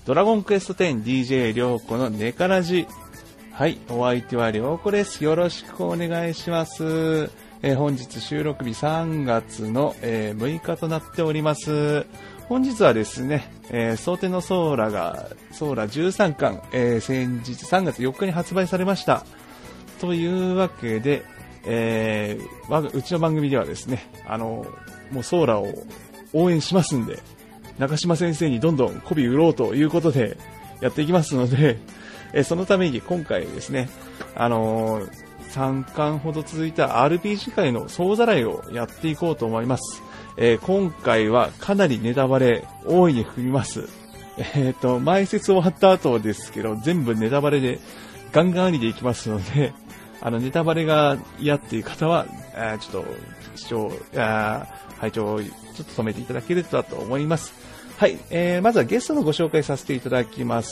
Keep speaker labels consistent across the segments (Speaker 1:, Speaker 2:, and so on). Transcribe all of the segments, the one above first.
Speaker 1: ドラゴンクエスト 10DJ りょうこのネカラジ。はい、お相手はりょうこです。よろしくお願いします。本日収録日3月の、6日となっております。本日はですね、蒼天のソーラ13巻、先日3月4日に発売されました。というわけで、うちの番組ではですね、もうソーラを応援しますんで、中島先生にどんどん媚び売ろうということでやっていきますので、そのために今回ですね、3巻ほど続いた RPG 界の総ざらいをやっていこうと思います。今回はかなりネタバレ大いに含みます。前説終わった後ですけど、全部ネタバレでガンガンありでいきますので、ネタバレが嫌っていう方は、ちょっと拝聴をちょっと止めていただけると思います。はい、まずはゲストのご紹介させていただきます。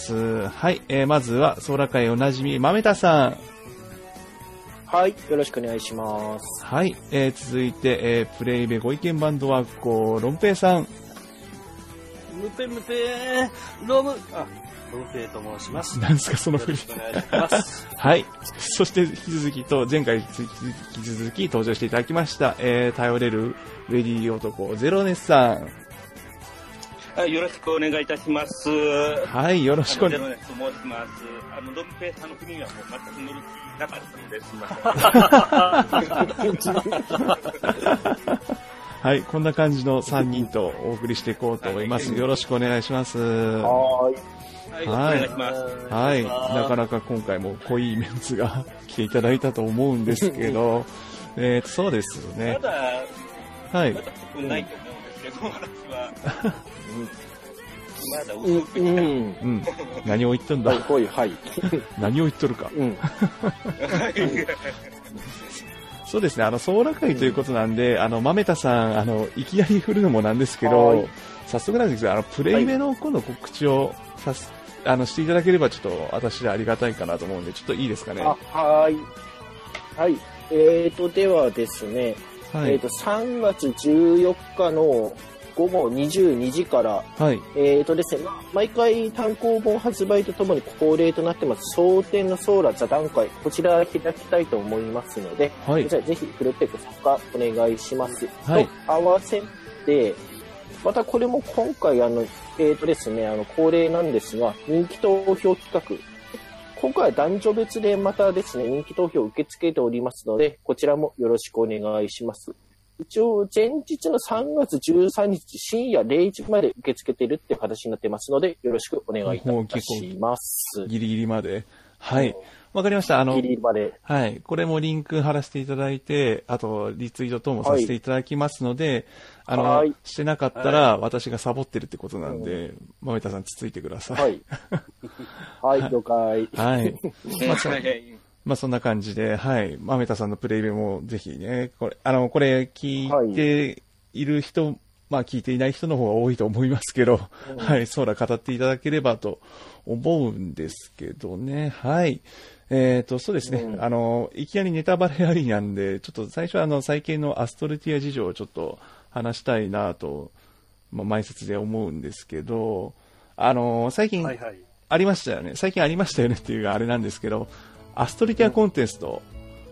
Speaker 1: はい、まずはソーラ界おなじみ豆田さん。
Speaker 2: はい、よろしくお願いします。
Speaker 1: はい、続いて、プレイベご意見番ドワッコロンペイさん。
Speaker 3: ムペロムペイと申します。
Speaker 1: 何ですかその振り。
Speaker 3: お願いします。
Speaker 1: はい。そして引き続きと前回引き続き登場していただきました、頼れるウェディ男ゼロネスさん。
Speaker 4: はい、よろしくお願いいたします。
Speaker 1: はい、よろしくお願いします。
Speaker 4: ゼロネスと申します。ロンペイさんの国にはもう全く乗る気なかったので、すみません。
Speaker 1: はい、こんな感じの3人とお送りしていこうと思います。よろしくお願いします。
Speaker 4: はい、お願いします。
Speaker 1: はい、なかなか今回も濃いメンツが来ていただいたと思うんですけど、そうですよね。
Speaker 4: まだ、
Speaker 1: はい。
Speaker 4: ないと思うんですけど、私は。まだ
Speaker 1: 何を言っとんだ。
Speaker 2: はい。
Speaker 1: 何を言っとるか。そうですね、ソーラ会ということなんで、豆田さん、いきなり振るのもなんですけど、早速なんですけど、プレイベの今度告知をしていただければ、ちょっと私でありがたいかなと思うんで、ちょっといいですかね。
Speaker 2: はい。ではですね、
Speaker 1: はい、
Speaker 2: 3月14日の午後22時から、
Speaker 1: はい、
Speaker 2: ですね、毎回単行本発売とともに恒例となってます、蒼天のソーラ座談会、こちら開きたいと思いますので、
Speaker 1: はい、
Speaker 2: こちらぜひふるってご参加お願いします。
Speaker 1: はい、
Speaker 2: と合わせて、またこれも今回ですね、恒例なんですが、人気投票企画、今回は男女別でまたですね、人気投票を受け付けておりますので、こちらもよろしくお願いします。一応、前日の3月13日深夜0時まで受け付けているっていう形になってますので、よろしくお願いいたします。
Speaker 1: ギリギリまで。はい。わかりました。
Speaker 2: ギリギリまで。
Speaker 1: はい。これもリンク貼らせていただいて、あと、リツイート等もさせていただきますので、してなかったら、私がサボってるってことなんで、豆田さんつついてください。
Speaker 2: はい。はい、了解。
Speaker 1: はい。まあそんな感じで、はい。豆田さんのプレイベもぜひね、これ聞いている人、まあ聞いていない人の方が多いと思いますけど、はい。ソーラ語っていただければと思うんですけどね。はい。そうですね。いきなりネタバレありなんで、ちょっと最初は最近のアストルティア事情をちょっと話したいなと、まあ前説で思うんですけど、最近ありましたよね。最近ありましたよねっていうかあれなんですけど、アストルティアコンテスト。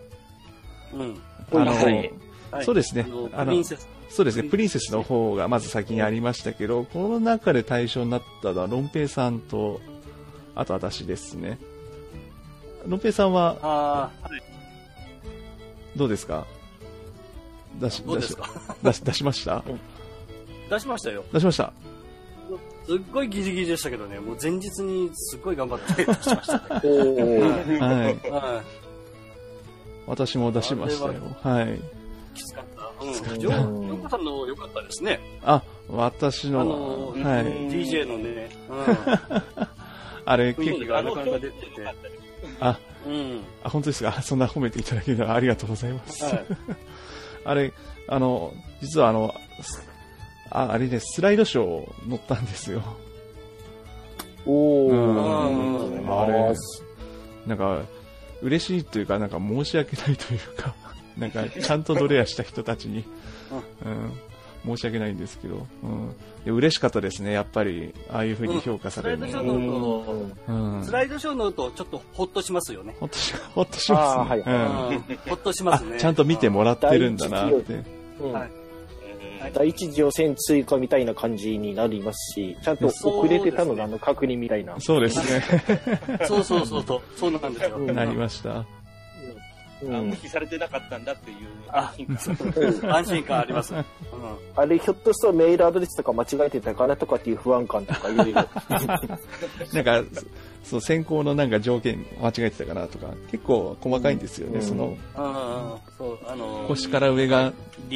Speaker 1: そうですね。そうですね。プリンセスの方がまず先にありましたけど、この中で対象になったのはロンペイさんと、あと私ですね。ロンペイさんは、どうですか？出しました
Speaker 3: 出しましたよ。
Speaker 1: 出しました。
Speaker 3: すっごいギリギリでしたけどね、もう前日にすっごい頑張って出しましたね。
Speaker 1: はい。私も出しましたよ。はい。
Speaker 3: きつかった。ヨーコさんの良かったですね。
Speaker 1: 私の、
Speaker 3: はい。DJ のね、
Speaker 1: あれ、結
Speaker 3: 構、なかなか出てて。
Speaker 1: 本当ですか？そんな褒めていただけるのはありがとうございます。あれ、実はあれね、スライドショー乗ったんですよ。あれ、なんか、嬉しいというか、なんか申し訳ないというか、なんか、ちゃんとドレアした人たちに、 申し訳ないんですけど、で嬉しかったですね、やっぱり、ああいう風に評価されるの、
Speaker 3: スライドショーのと、スライドショーのとちょっとほっとしますよね。
Speaker 1: ほっとしますね。
Speaker 3: ほっとしますね。
Speaker 1: ちゃんと見てもらってるんだなって。
Speaker 2: 第一次予選追加みたいな感じになりますし、ちゃんと遅れてたのの確認みたいな。
Speaker 1: そうですね。
Speaker 3: そうなんですよ。
Speaker 1: なりました。
Speaker 4: 無視されてなかったんだっていう
Speaker 3: 安心感あります。
Speaker 2: あれ、ひょっとしたらメールアドレスとか間違えてたかなとかっていう不安感とかいろいろ。
Speaker 1: なんか、そう、選考のなんか条件間違えてたかなとか、結構細かいんですよね、腰から上が。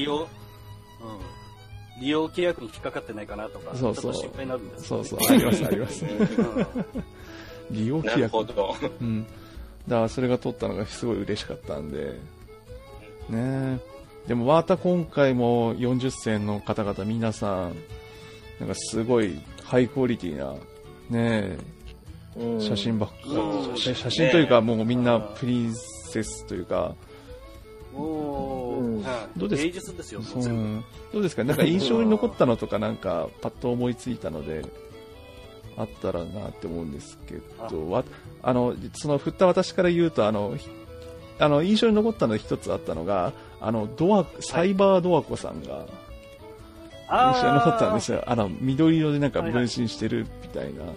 Speaker 3: 利用契約に引っかかってないかなとか、ちょっと心配になるんですよね。
Speaker 1: ありますあります。利用規約。
Speaker 4: なるほど。
Speaker 1: だからそれが取ったのがすごい嬉しかったんで。ね。でもまた今回も40戦の方々皆さん、なんかすごいハイクオリティな、ね、写真ばっかり。写真というかもうみんなプリンセスというか、どうです
Speaker 3: 芸術ですよ。
Speaker 1: どうですか、なんか印象に残ったのとかなんかパッと思いついたのであったらなって思うんですけど、その振った私から言うと印象に残ったの一つあったのがサイバードアコさんが印象に残ったんですよ。緑色でなんか分身してるみたいな。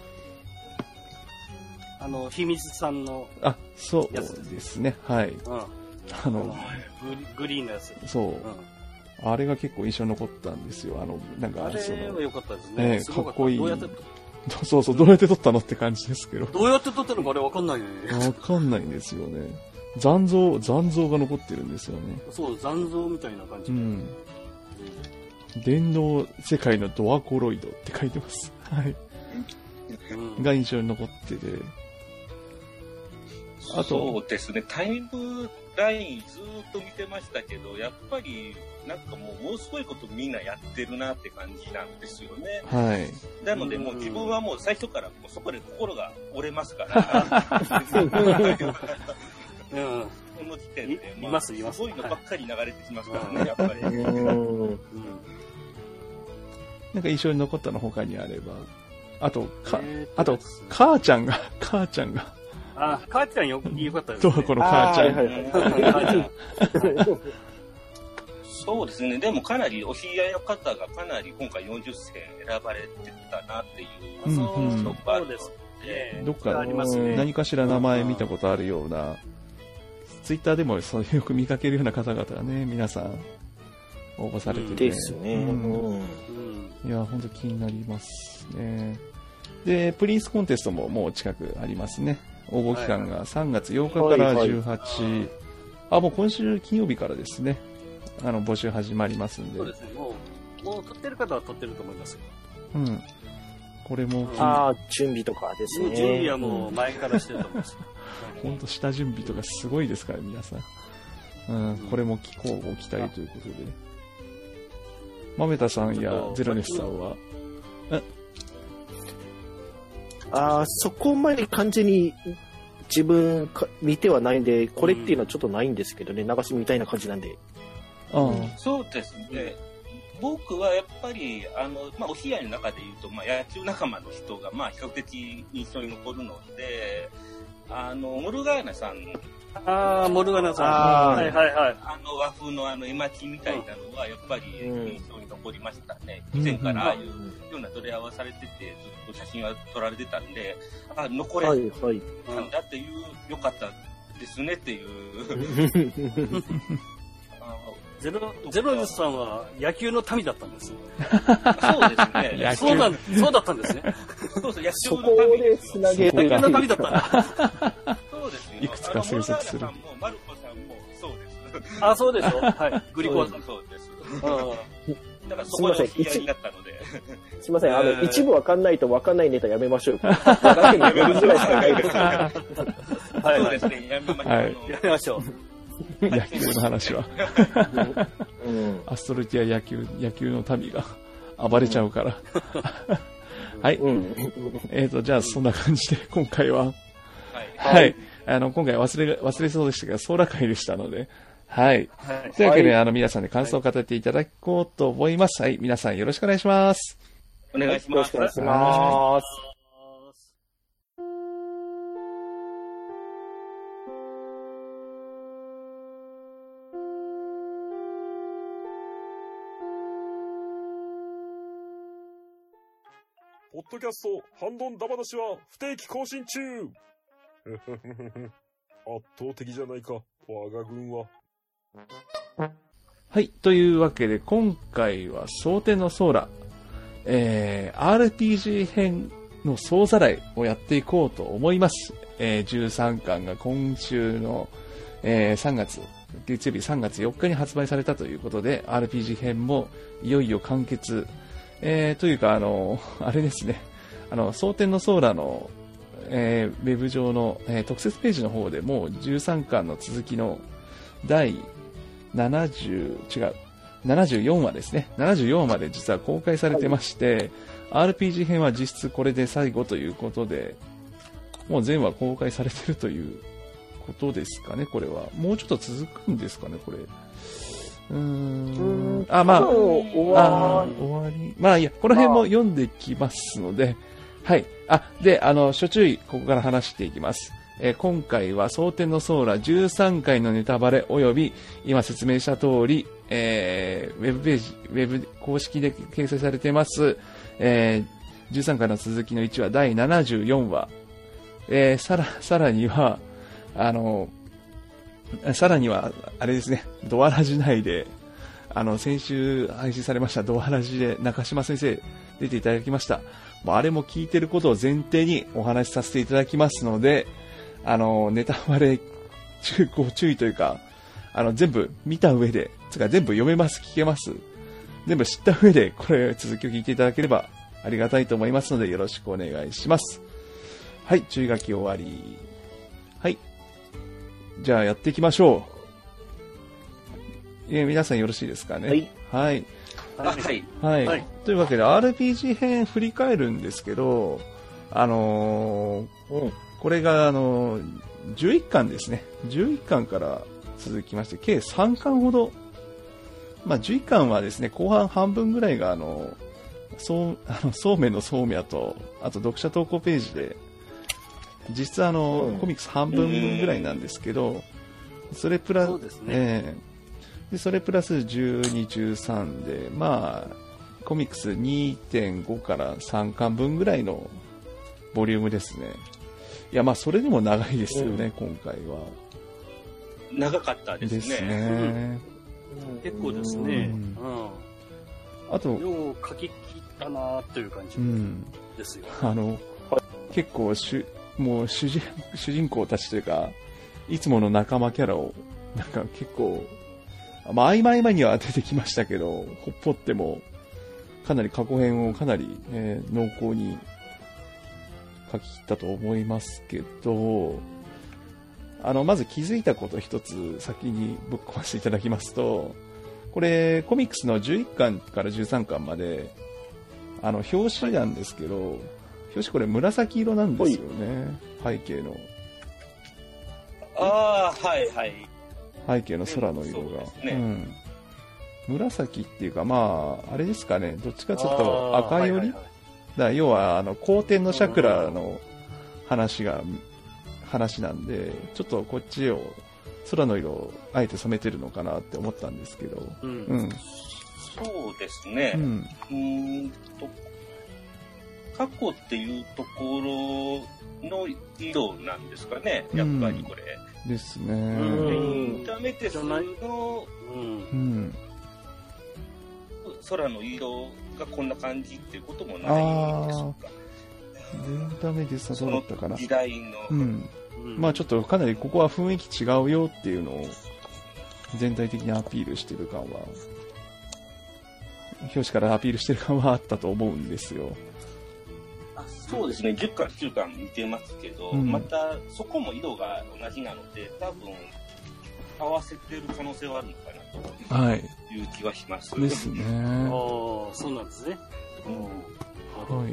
Speaker 3: 秘密さんの
Speaker 1: そうですね、はい。
Speaker 3: グリーンのやつ。
Speaker 1: そう。あれが結構印象に残ったんですよ。なんか
Speaker 3: あれは良かったですね。
Speaker 1: かっこいい。そう、どうやって撮ったのって感じですけど。
Speaker 3: どうやって撮ったのかあれわかんないね。
Speaker 1: わかんないんですよね。残像が残ってるんですよね。
Speaker 3: そう、残像みたいな感じ。
Speaker 1: 電脳世界のドアコロイドって書いてます。はい。が印象に残ってて。
Speaker 4: そうですね、タイムラインずっと見てましたけど、やっぱりなんかものすごいことみんなやってるなって感じなんですよね。
Speaker 1: はい。
Speaker 4: なのでもう自分はもう最初からもうそこで心が折れますから。この時点で、すごいのばっかり流れてきますからね、やっぱり。
Speaker 1: なんか印象に残ったの他にあれば、あと母ちゃんが。
Speaker 3: 母ちゃんよかったです
Speaker 1: ね。この母ちゃん。
Speaker 4: そうですね。でもかなりお知り合いの方がかなり今回40選選ばれてたなっていう。
Speaker 3: そうです。
Speaker 1: どっか何かしら名前見たことあるような、ツイッターでもそうよく見かけるような方々がね、皆さん応募されてて。
Speaker 2: ですね。
Speaker 1: いや、本当気になりますね。で、プリンスコンテストももう近くありますね。応募期間が3月8日から18、もう今週金曜日からですね、募集始まりますんで。
Speaker 3: そうですね、もう取ってる方は取ってると思いますよ。
Speaker 1: これも。
Speaker 2: 準備とかですね。
Speaker 3: 準備はもう前からしてると思います。
Speaker 1: 本当下準備とかすごいですから、皆さん。これも期待ということで。豆田さんやゼロネスさんは、
Speaker 2: そこまで完全に自分見てはないんで、これっていうのはちょっとないんですけどね、流しみたいな感じなんで。
Speaker 4: そうですね。僕はやっぱり、お冷やの中で言うと、野球仲間の人が、比較的印象に残るので、モルガーナさん。
Speaker 3: モルガーナさん。
Speaker 4: 和風の絵巻みたいなのは、やっぱり印象に残りましたね。以前からああいうような取り合わされてて、ずっと写真は撮られてたんで、残れたんだっていう、良かったですねっていう。
Speaker 3: ゼロネスさんは野球の民だったんです。
Speaker 4: そうですね。
Speaker 3: そうだったんですね。
Speaker 4: そうそう、野球
Speaker 2: の民でつなげ
Speaker 3: る。野球の民だったんだ。
Speaker 4: そうですよ。
Speaker 1: いくつか生息する。
Speaker 4: マルコさんもそうです。
Speaker 3: そうでしょ。はい。グリコさん
Speaker 4: そうです。だからそこで知り合いになったので。
Speaker 2: すみません、一部わかんないとわかんないネタやめましょう。わかんないぐらいしかないです。
Speaker 4: そうですね。やめましょう。
Speaker 1: 野球の話は。アストルティア野球の民が暴れちゃうから。はい。じゃあそんな感じで今回は、はい。今回忘れそうでしたが、ソーラ会でしたので、 はい。
Speaker 3: はい。
Speaker 1: というわけで、皆さんで感想を語っていただこうと思います。はい。皆さんよろしくお願いします。
Speaker 4: お願いします。
Speaker 2: よろしくお願いします。
Speaker 5: ポッドキャスト、ハンドンダ話は不定期更新中圧倒的じゃないか、我が軍は。
Speaker 1: はい。というわけで、今回は、蒼天のソーラ、RPG 編の総ざらいをやっていこうと思います。13巻が今週の、3月、月曜日3月4日に発売されたということで、RPG 編もいよいよ完結。というか、あれですね、蒼天のソーラの、ウェブ上の、特設ページの方でもう13巻の続きの第74話ですね。74話まで実は公開されてまして、はい、RPG 編は実質これで最後ということで、もう全話公開されてるということですかね、これは。もうちょっと続くんですかね、これ。終わり。まあいや、この辺も読んできますので、はい。で、諸注意、ここから話していきます。今回は蒼天のソーラ13回のネタバレ及び、今説明した通り、ウェブページ、ウェブ公式で掲載されています、13回の続きの1話、第74話、さらには、あれですね、ドアラジ内で、先週配信されましたドアラジで中島先生出ていただきました。あれも聞いてることを前提にお話しさせていただきますので、ネタバレご注意というか、全部見た上で、全部読めます、聞けます。全部知った上で、これ続きを聞いていただければありがたいと思いますので、よろしくお願いします。はい、注意書き終わり。はい。じゃあやっていきましょう。皆さんよろしいですかね。はい。はい。はい。はい。というわけで RPG 編振り返るんですけど、これが11巻ですね。11巻から続きまして、計3巻ほど。まあ11巻はですね、後半半分ぐらいがそうめんのそうめやと、あと読者投稿ページで、実はコミックス半分ぐらいなんですけど、それプラス、そうですね。でそれプラス12、13で、まあ、コミックス 2.5 から3巻分ぐらいのボリュームですね。いや、まあ、それでも長いですよね、今回は。
Speaker 4: 長かったですね。ですね。
Speaker 3: 結構ですね。
Speaker 1: あと、
Speaker 3: よう書き切ったなという感じですよ。
Speaker 1: 結構もう主人公たちというか、いつもの仲間キャラを、なんか結構、まあ、合間には出てきましたけど、ほっぽっても、かなり過去編をかなり、濃厚に書き切ったと思いますけど、まず気づいたこと一つ先にぶっ込ませていただきますと、これ、コミックスの11巻から13巻まで、表紙なんですけど、表紙これ紫色なんですよね、背景の。
Speaker 4: はいはい。
Speaker 1: 背景の空の色が。紫っていうか、まあ、あれですかね、どっちかというと赤寄り、要は、光天のシャクラの話なんで、ちょっとこっちを、空の色をあえて染めてるのかなって思ったんですけど。
Speaker 4: そうですね。過去っていうところの色なんですかね、やっぱりこれ。
Speaker 1: ですね。
Speaker 4: インターメテスの空の色がこんな感じっていうこともないんでしょうか。
Speaker 1: インターメテスはそうだったかな。
Speaker 4: 時代の。
Speaker 1: まあちょっとかなりここは雰囲気違うよっていうのを全体的にアピールしてる感は、表紙からアピールしてる感はあったと思うんですよ。
Speaker 4: そうですね、10巻、9巻見てますけど、またそこも色が同じなので、多分合わせてる可能性はあるのかなという気はします。
Speaker 1: ですね。
Speaker 3: そうなんですね。
Speaker 1: はい。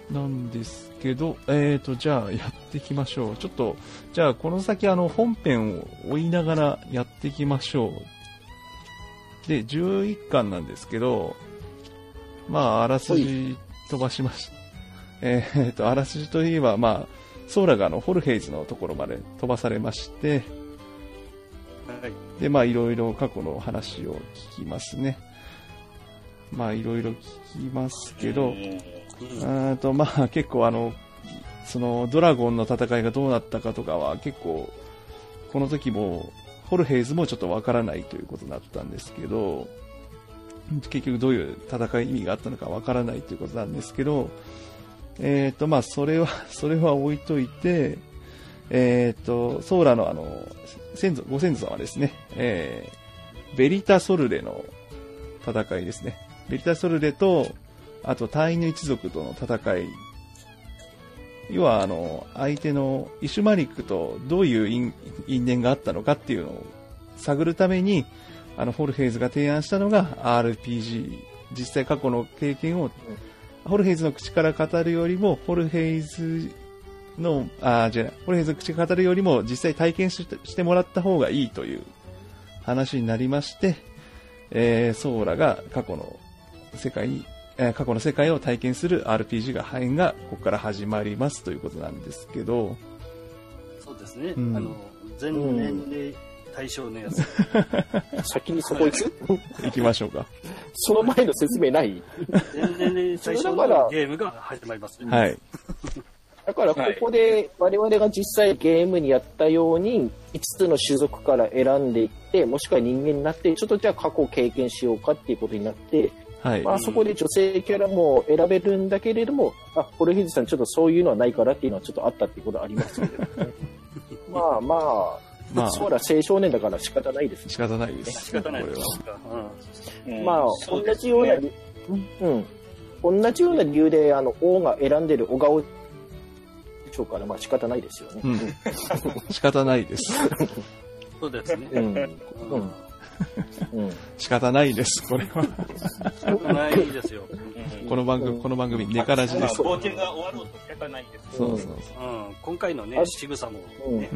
Speaker 1: なんですけど、じゃあやっていきましょう。ちょっと、じゃあこの先本編を追いながらやっていきましょう。 で、11巻なんですけど、まあ、あらすじ飛ばしました。あらすじといえば、まあ、ソーラがホルヘイズのところまで飛ばされまして、
Speaker 3: はい。
Speaker 1: で、まあ、いろいろ過去の話を聞きますね。まあ、いろいろ聞きますけど、まあ、結構そのドラゴンの戦いがどうなったかとかは結構、この時も、ホルヘイズもちょっとわからないということになったんですけど、結局どういう戦い意味があったのかわからないということなんですけど、まあ、それは置いといて、ソーラのご先祖様ですね、ベリタソルレの戦いですね。ベリタソルレと、あとタイヌ一族との戦い。要は、相手のイシュマリックとどういう因縁があったのかっていうのを探るために、ホルヘイズが提案したのが RPG。実際過去の経験を、ホルヘイズの口から語るよりも、ホルヘイズの口から語るよりも実際体験してもらった方がいいという話になりまして、ソーラが過去の世界を体験する RPG がここから始まりますということなんですけど、
Speaker 3: そうですね。全年齢対象のやつ。
Speaker 2: 先にそこ行く？
Speaker 1: 行きましょうか。
Speaker 2: その前の説明ない？
Speaker 3: 全年齢対象のゲームが始まりますね。
Speaker 1: はい。
Speaker 2: だからここで我々が実際ゲームにやったように5つの種族から選んでいって、もしくは人間になってちょっとじゃあ過去を経験しようかっていうことになって、
Speaker 1: はい、
Speaker 2: まあそこで女性キャラも選べるんだけれども、ホルヘイズさんちょっとそういうのはないからっていうのはちょっとあったっていうことはありますけどね。まあ、そうだ、青少年だから仕方ないですね。
Speaker 1: 仕方ないです。
Speaker 3: 仕方ないです。
Speaker 2: まあ、同じような理由で、王が選んでる小顔でしょうから、まあ仕方ないですよね。
Speaker 1: 仕方ないです。
Speaker 3: そうですね。
Speaker 1: 仕方ないです、これは。
Speaker 3: 仕方ないですよ。
Speaker 1: この番組、ネカラジです。
Speaker 4: 冒険が終わろうと仕方ないです。
Speaker 1: そう。
Speaker 3: 今回のね、仕草もね。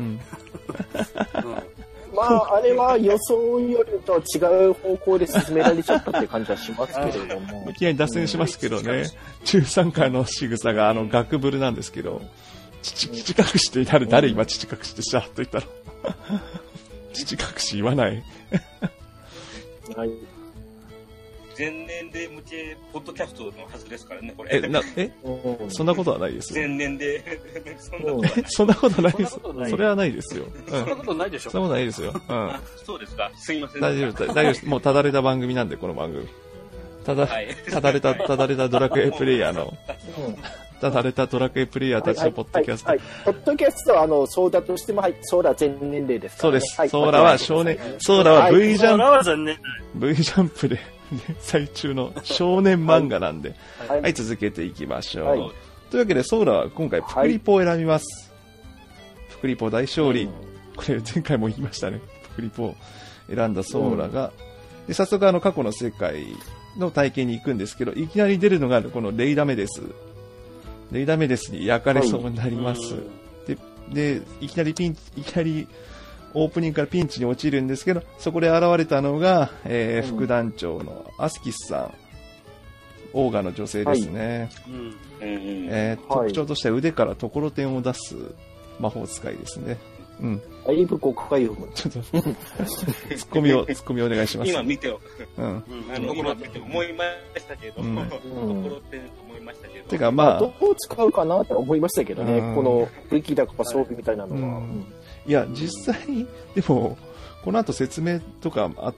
Speaker 2: まあ、あれは予想よりと違う方向で進められちゃったって感じはしますけれども。
Speaker 1: いきなり脱線しますけどね、13回の仕草がガクブルなんですけど、父隠しって誰今父隠しってシャーッと言ったの父隠し言わない。
Speaker 2: はい。
Speaker 4: 全年齢向けポッドキャストのはずですからね、これ。
Speaker 1: そんなことはないですよ。
Speaker 4: 全年齢。
Speaker 1: そんなことないです。それはないですよ。
Speaker 3: そんなことないでしょ。
Speaker 1: そんなことないですよ。
Speaker 4: そうですか。すいません。
Speaker 1: 大丈夫です。もうただれた番組なんで、この番組。ただれたドラクエプレイヤーの。ただれたドラクエプレイヤーたちのポッドキャスト。
Speaker 2: ポッドキャストはそうだとしても、ソーラ全年齢ですからね。
Speaker 1: そうです。ソーラは少年、ソーラは V ジャンプで最中の少年漫画なんで、はい、続けていきましょう。というわけで、ソーラは今回、プクリポを選びます。プクリポ大勝利。これ前回も言いましたね。プクリポを選んだソーラが。で早速、過去の世界の体験に行くんですけど、いきなり出るのが、このレイダメデス。レイダメデスに焼かれそうになります。で、いきなりオープニングからピンチに陥るんですけど、そこで現れたのが、副団長のアスキスさん。オーガの女性ですね。特徴としては腕からところてんを出す魔法使いですね。
Speaker 2: だいぶ誤解を。
Speaker 1: ちょっと、ツッコミをお願いします。
Speaker 4: 今見てよ。今見て思いましたけど、ところてんと思いましたけど。
Speaker 1: てかまあ、
Speaker 2: どう使うかなって思いましたけどね、この武器だとか装備みたいなのは。
Speaker 1: いや、実際に、でも、この後説明とかあって、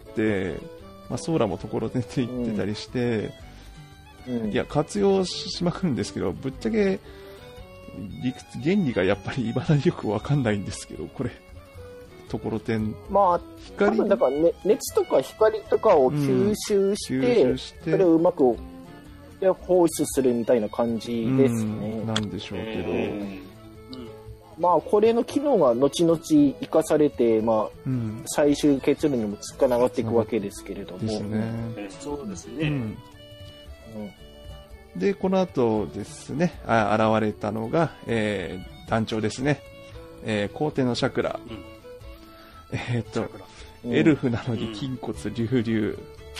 Speaker 1: ソーラもところてんって言ってたりして、いや、活用しまくるんですけど、ぶっちゃけ、原理がやっぱり未だによくわかんないんですけど、これ、ところてん。
Speaker 2: まあ、多分だから、熱とか光とかを吸収して、それをうまく放出するみたいな感じですね。
Speaker 1: なんでしょうけど。
Speaker 2: まあ、これの機能が後々生かされて、最終結論にもつかながっていくわけですけれども。
Speaker 1: ですね。
Speaker 3: そうですね。
Speaker 1: で、この後ですね、現れたのが、団長ですね。皇帝のシャクラ。エルフなのに筋骨隆々。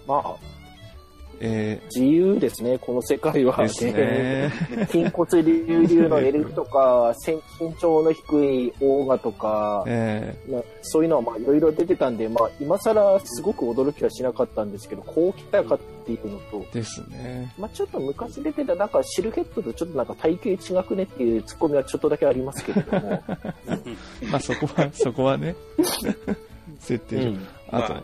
Speaker 2: まあ、自由ですね、この世界は。
Speaker 1: ですね。
Speaker 2: 筋骨隆々のエルフとか、身長の低いオーガとか、そういうのはまあいろいろ出てたんで、まあ今更すごく驚きはしなかったんですけど、こう来たかっていうのと、
Speaker 1: ですね。
Speaker 2: まあちょっと昔出てたなんかシルヘッドとちょっとなんか体型違くねっていうツッコミはちょっとだけありますけれども。
Speaker 1: まあそこはね、設定上。あと、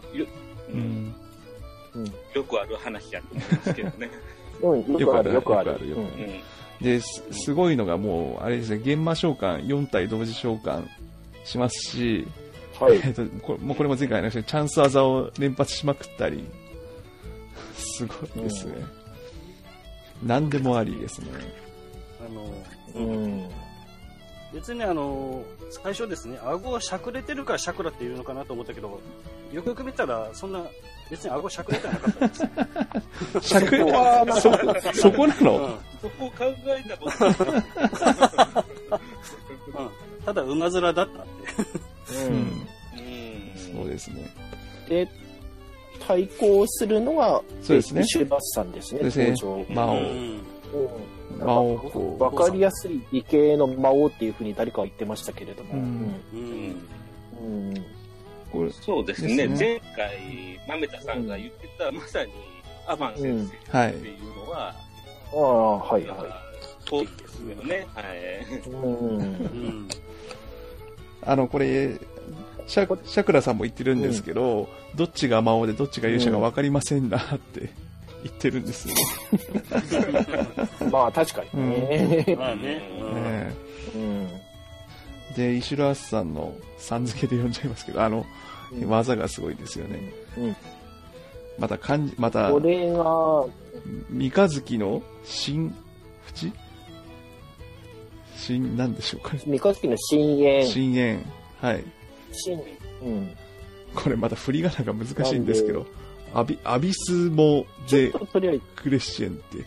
Speaker 4: よくある話やと思いますけどね。
Speaker 2: よくある。
Speaker 1: で、すごいのがもう、あれですね、現場召喚、4体同時召喚しますし、
Speaker 2: はい。
Speaker 1: これも前回の話で、チャンス技を連発しまくったり、すごいですね。何でもありですね。
Speaker 3: 別に最初ですね、顎がしゃくれてるからシャクラっていうのかなと思ったけど、よくよく見たら、そんな、別に顎しゃくれてはなかったんです。
Speaker 1: しゃくれそこなの、
Speaker 4: そこを考えたことない。
Speaker 3: ただ馬面だったって。
Speaker 1: そうですね。
Speaker 2: で、対抗するのが、
Speaker 1: そうですね。
Speaker 2: シュバスさんですね、登場。
Speaker 1: 魔王。
Speaker 2: わかりやすい理系の魔王っていうふうに誰かは言ってましたけれども。
Speaker 4: そうですね。前回、豆田さんが言ってた、まさにアバン先生っていうのは、そうですよね。
Speaker 1: これ、シャクラさんも言ってるんですけど、どっちが魔王でどっちが勇者か分かりませんなって言ってるんですよ。
Speaker 2: まあ確かにね。
Speaker 1: で、イシュラースさんのさん付けで読んじゃいますけど、技がすごいですよね。また、
Speaker 2: これが、
Speaker 1: 三日月の新縁なんでしょうかね。
Speaker 2: 三日月の深淵。
Speaker 1: 深淵。はい。これまた振り仮名が難しいんですけど、アビスモゼクレッシェンテ。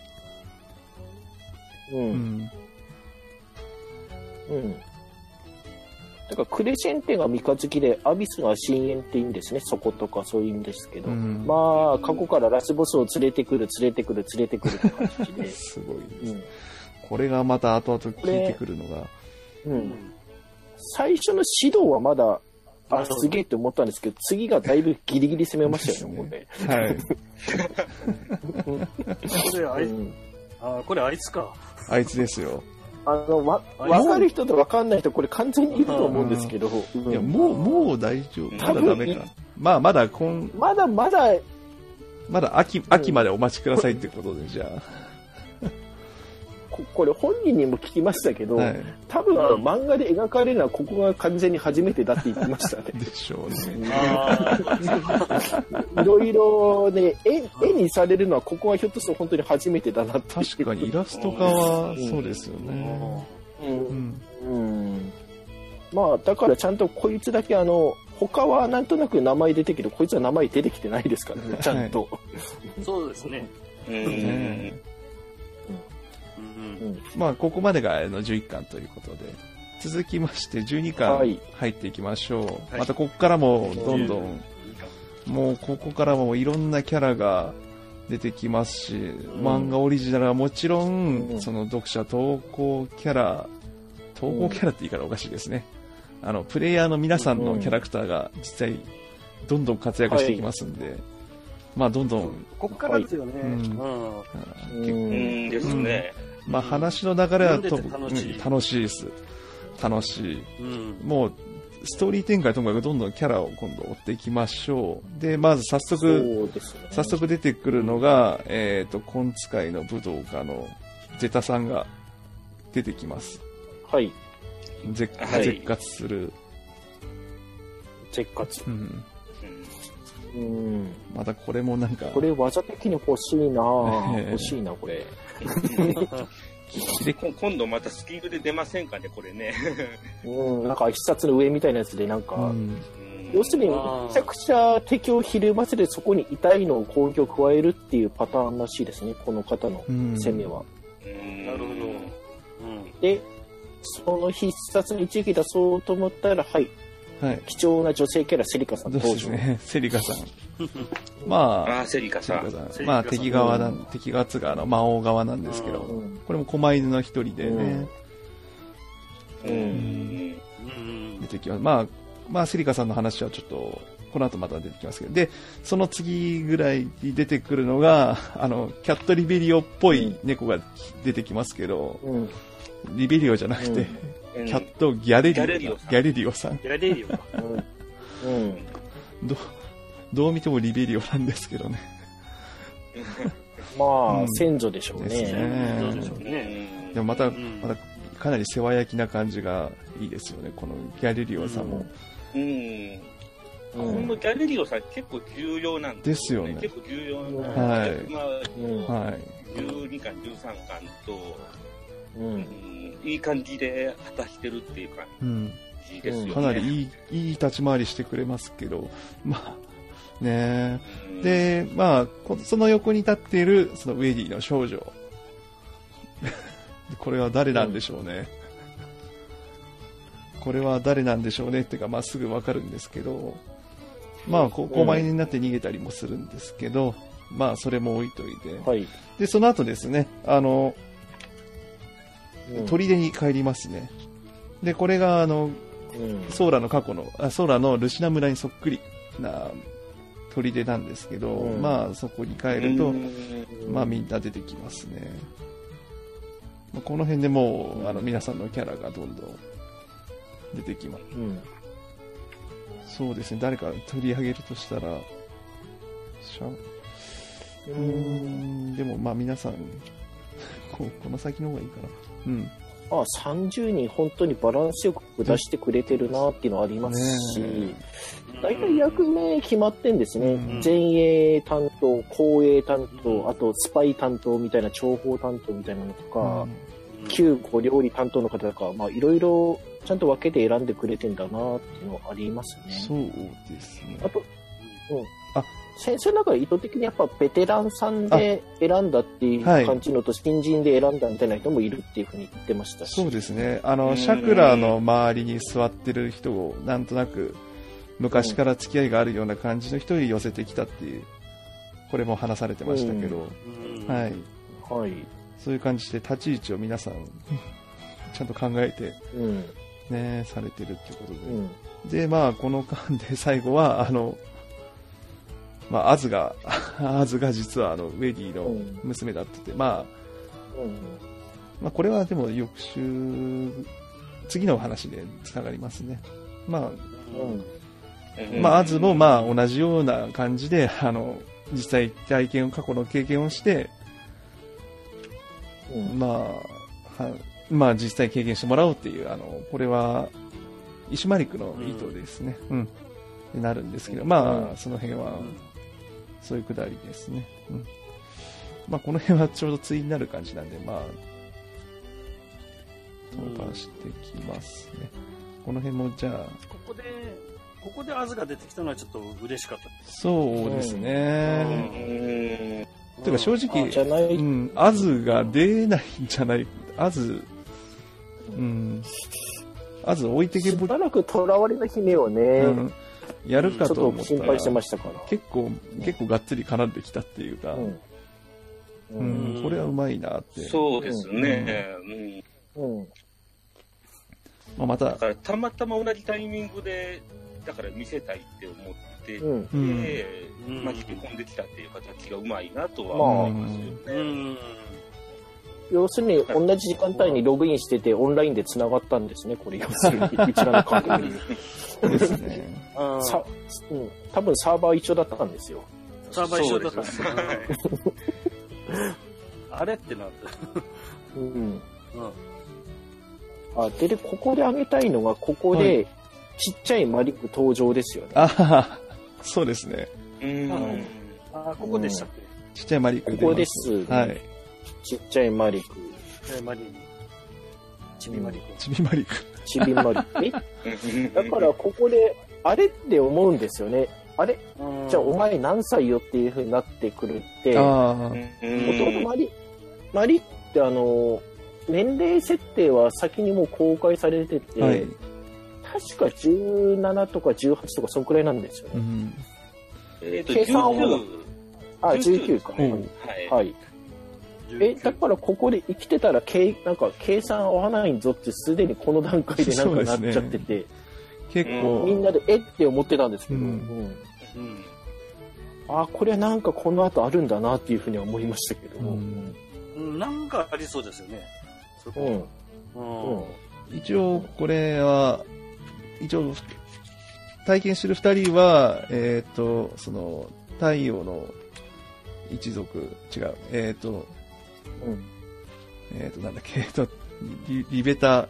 Speaker 2: だからクレシェンテが三日月でアビスが深淵って意味ですね。そことかそういう意味ですけど、まあ過去からラスボスを連れてくるって感じで。
Speaker 1: すごいです。これがまた後々効いてくるのが、
Speaker 2: 最初の指導はまだすげえって思ったんですけど、次がだいぶギリギリ攻めましたよね。
Speaker 1: はい。
Speaker 3: これあいつか。
Speaker 1: あいつですよ。
Speaker 2: わかる人とわかんない人、これ完全にいると思うんですけど。
Speaker 1: いや、もう大丈夫。まだダメか。まだまだ秋までお待ちくださいってことで、じゃあ。
Speaker 2: これ本人にも聞きましたけど、多分漫画で描かれるのはここが完全に初めてだって言ってましたね。
Speaker 1: でしょうね。
Speaker 2: いろいろね、絵にされるのはここはひょっとすると本当に初めてだなって。
Speaker 1: 確かにイラスト化はそうですよね。
Speaker 2: まあだからちゃんとこいつだけ他はなんとなく名前出てるけど、こいつは名前出てきてないですからね、ちゃんと。
Speaker 3: そうですね。
Speaker 1: まあここまでが11巻ということで、続きまして12巻入っていきましょう。またここからもどんどん、もうここからもいろんなキャラが出てきますし、漫画オリジナルはもちろん、その読者投稿キャラって言い方おかしいですね。プレイヤーの皆さんのキャラクターが実際どんどん活躍していきますんで、まあどんどん
Speaker 3: ここからですよね。
Speaker 4: ですね。
Speaker 1: まあ話の流れは楽しいです。楽しい。もうストーリー展開ともかくどんどんキャラを今度追っていきましょう。で、まず早速出てくるのが、今使いの武道家のゼタさんが出てきます。
Speaker 2: はい。
Speaker 1: 絶活する。
Speaker 2: 絶活。
Speaker 1: またこれもなんか。
Speaker 2: これ技的に欲しいな欲しいな、これ。
Speaker 4: 今度またスキルで出ませんかね、これね。
Speaker 2: なんか必殺の上みたいなやつで、なんか、要するにめちゃくちゃ敵をひるませてそこに痛いのを攻撃を加えるっていうパターンらしいですね、この方の攻めは。
Speaker 3: なるほど。
Speaker 2: で、その必殺に一撃出そうと思ったら、はい、
Speaker 1: はい。
Speaker 2: 貴重な女性キャラセリカさん登場。
Speaker 1: そうですね、セリカさん。まあ、
Speaker 4: セリカさん。
Speaker 1: まあ、敵側つが魔王側なんですけど、これも狛犬の一人でね、出てきます。まあ、セリカさんの話はちょっと、この後また出てきますけど、で、その次ぐらいに出てくるのが、キャットリベリオっぽい猫が出てきますけど、リベリオじゃなくて、キャットギャレリオさん。
Speaker 3: ギャレリオか。
Speaker 1: どう見てもリベリオなんですけどね。
Speaker 2: まあ、先祖でしょうね。
Speaker 1: ですね。でもまたかなり世話焼きな感じがいいですよね、このギャレリオさんも。
Speaker 4: このギャレリオさん結構重要なんですよね。結構重要な。はい。12巻、13巻と、いい感じで果たしてるっていう感じですよね。
Speaker 1: かなりいい立ち回りしてくれますけど、まあ、ねで、まあ、その横に立っている、そのウェディの少女。これは誰なんでしょうね。これは誰なんでしょうねっていうか、まあ、すぐわかるんですけど、まあ、狛犬になって逃げたりもするんですけど、まあ、それも置いといて。
Speaker 2: はい、
Speaker 1: で、その後ですね、砦に帰りますね。で、これが、ソーラの過去の、ソーラのルシナ村にそっくりな砦なんですけど、まあ、そこに帰ると、まあ、みんな出てきますね。この辺でもう、皆さんのキャラがどんどん出てきます。そうですね、誰か取り上げるとしたら、でもまあ皆さん、この先の方がいいかな。
Speaker 2: 30人本当にバランスよく出してくれてるなっていうのはありますし、大体役名決まってんですね。前衛担当、後衛担当、あとスパイ担当みたいな、諜報担当みたいなのとか、旧小料理担当の方とか、まあいろいろちゃんと分けて選んでくれてんだなっていうのはありますね。
Speaker 1: そうですね。
Speaker 2: あと、先生の中で意図的にやっぱベテランさんで選んだっていう感じのと、新人で選んだみたいな人もいるっていうふうに言ってましたし。
Speaker 1: そうですね。シャクラの周りに座ってる人をなんとなく昔から付き合いがあるような感じの人に寄せてきたっていう、これも話されてましたけど、はい。そういう感じで立ち位置を皆さんちゃんと考えて、ね、されてるっていうことで。で、まあ、この間で最後は、まあ、アズが実はウェディの娘だってて、まあ、これはでも翌週、次の話でつながりますね。まあ、アズもまあ同じような感じで、実際過去の経験をして、まあ実際経験してもらおうっていう、これは、イシュマリクの意図ですね。になるんですけど、まあ、その辺は、そういうくだりですね。まあ、この辺はちょうど対になる感じなんで、まあ、飛ばしてきますね。この辺も、じゃあ。
Speaker 3: ここでアズが出てきたのはちょっと嬉しかった。
Speaker 1: そうですね。てか正直、アズが出ないんじゃない、アズ置いてけぼり。
Speaker 2: しばらく囚われの姫をね、
Speaker 1: やるかと思ったら、
Speaker 2: 心配してましたから。
Speaker 1: 結構がっつり絡んできたっていうか、これはうまいなって。
Speaker 4: そうですね。
Speaker 1: また。
Speaker 4: だからたまたま同じタイミングで、だから見せたいって思って巻き込んできたっていう形がうまいなとは思いますよね。
Speaker 2: 要するに同じ時間帯にログインしててオンラインで繋がったんですね、これ要するに一覧の感覚に。
Speaker 1: ですね。
Speaker 2: 多分サーバー一緒だったんですよ。
Speaker 3: サーバー一緒だったんですよ。あれってなって。
Speaker 2: で、ここで挙げたいのが、ここでちっちゃいマリック登場ですよね。
Speaker 1: そうですね。
Speaker 3: ここでしたっけ？
Speaker 1: ちっちゃいマリック。
Speaker 2: ここです。はい。ちっちゃいマリック。
Speaker 3: ちびマリック。
Speaker 2: ちびマリック。だからここで、あれって思うんですよね。あれじゃあお前何歳よっていう風になってくるって、元々マリって年齢設定は先にもう公開されてて、 確か17とか18とかそんくらいなんですよね。計算は19か。はい。だからここで生きてたらなんか計算合わないぞってすでにこの段階でなんかなっちゃってて、
Speaker 1: 結構
Speaker 2: みんなでって思ってたんですけど、これはなんかこの後あるんだなっていうふうには思いましたけども、
Speaker 3: なんかありそうですよね。
Speaker 1: 一応これは体験してる2人はその太陽の一族違うなんだっけリベタ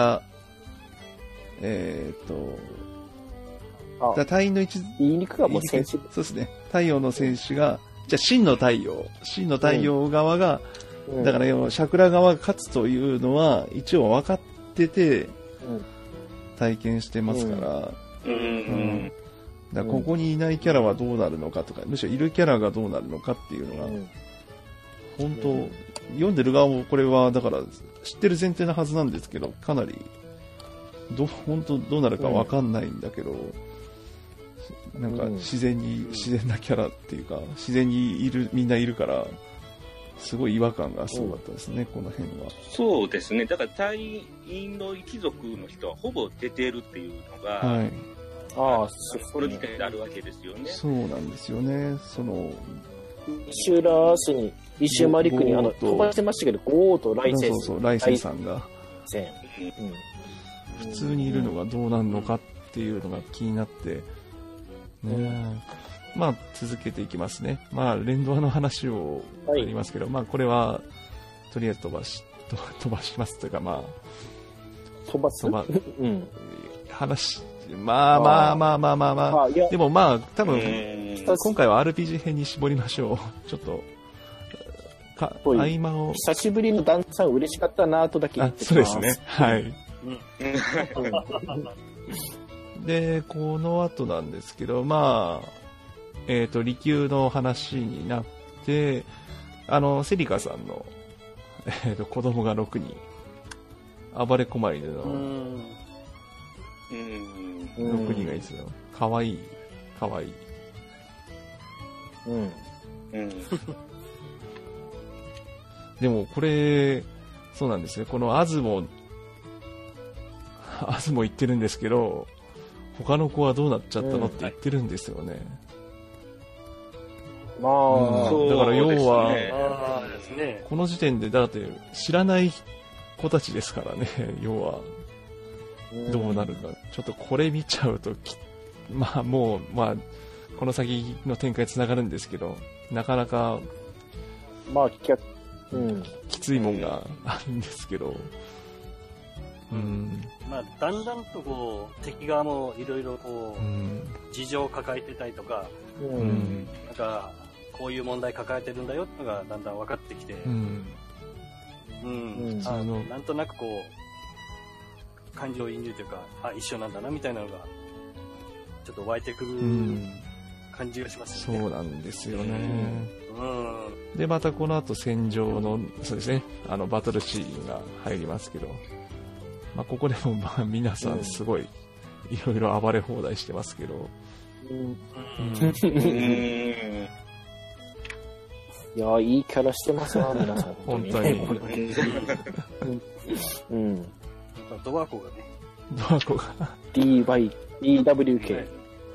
Speaker 1: 太陽の一族
Speaker 2: 言いにくがもう戦士
Speaker 1: そうですね。太陽の戦士がじゃあ真の太陽側が、だからシャクラ側が勝つというのは一応分かってて体験してますから、だからここにいないキャラはどうなるのかとか、むしろいるキャラがどうなるのかっていうのが、本当読んでる側もこれはだから知ってる前提なはずなんですけど、かなり本当どうなるか分かんないんだけど、なんか自然なキャラっていうか自然にみんないるからすごい違和感がすごかったですね、この辺は。
Speaker 4: そうですね。だから隊員の一族の人はほぼ出てるっていうのが、この時点であるわけですよね。
Speaker 1: そうなんですよね。その
Speaker 2: シュラースに一周マリックに飛ばしてましたけど、ゴーとライセンス。
Speaker 1: ライセンさんが普通にいるのがどうなるのかっていうのが気になってね。まあ続けていきますね。まあ連動の話をありますけど、まあこれはとりあえず飛ばしますというか、まあ話まあでもまあ多分今回は RPG 編に絞りましょう。ちょっと合間を
Speaker 2: 久しぶりのダンさん嬉しかったなとだけ言って
Speaker 1: そうですね。はい。でこの後なんですけど、まあ利休の話になって、セリカさんの、子供が6人、暴れこまりでの6人がいいですよ。かわいい。でもこれ、そうなんですね。このアズも言ってるんですけど、他の子はどうなっちゃったのって言ってるんですよね。
Speaker 2: まあ、
Speaker 1: だから要は、この時点でだって知らない子たちですからね、要はどうなるか、ちょっとこれ見ちゃうとまあこの先の展開につながるんですけど、なかなかきついもんがあるんですけど、
Speaker 3: まあだんだんとこう敵側もいろいろこう、事情を抱えてたりとか、なんかこういう問題抱えてるんだよってのがだんだん分かってきて、なんとなくこう感情移入というか、一緒なんだなみたいなのがちょっと湧いてくる感じがしますね。
Speaker 1: そうなんですよね。でまたこの後戦場のそうですね、バトルシーンが入りますけど、まあここでもまあ皆さんすごいいろいろ暴れ放題してますけど。
Speaker 2: いやいいキャラしてますな、皆さん。
Speaker 1: 本当に。
Speaker 3: ドワコがね。
Speaker 2: DWK。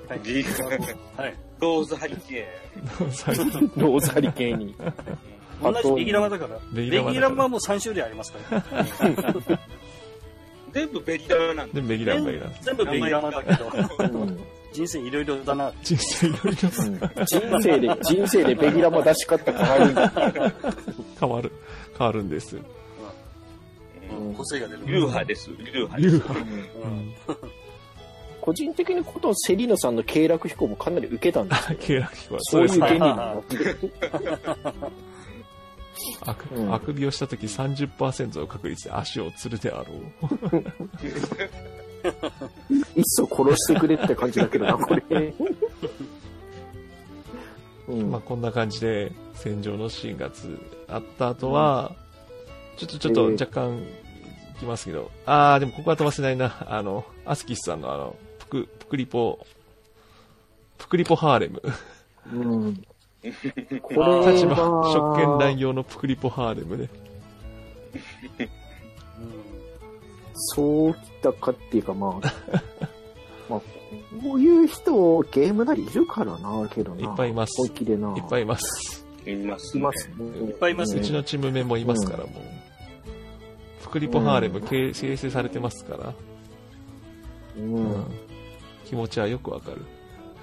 Speaker 4: ローズハリケ
Speaker 2: ーンに。
Speaker 3: 同じベギラマだから。ベギラマはもう3種類ありますから。
Speaker 4: 全部ベギラマなんだ。
Speaker 3: 全部ベギラマだけど。人生いろいろだな。
Speaker 1: 人生いろいろ
Speaker 2: 人生でベギラマ出し方変わるんだ。
Speaker 1: 変わるんです。
Speaker 3: 個性が出る。
Speaker 4: 流派です。
Speaker 2: 個人的にことセリーノさんの経絡飛行もかなり受けたんですよ。
Speaker 1: 経絡飛行は
Speaker 2: そういう原理になってる。
Speaker 1: あくびをしたとき 30% の確率で足をつるであろう。
Speaker 2: いっそ殺してくれって感じだけどな、これ。
Speaker 1: まあこんな感じで戦場のシーンがあった後は、ちょっと若干きますけど、でもここは飛ばせないな。アスキスさんのプクリポハーレム。
Speaker 2: うん。こ
Speaker 1: れ立場、職権乱用のプクリポハーレムね。
Speaker 2: そうきたかっていうか、まあ、こういう人、ゲームなりいるからな、けどな。
Speaker 1: いっぱいいます。
Speaker 2: 本気でな。
Speaker 1: いっぱいいます。
Speaker 4: いますね。
Speaker 3: いっぱいいますね。
Speaker 1: うちのチームメンもいますから、もう。プクリポハーレム形成されてますから。気持ちはよくわかる。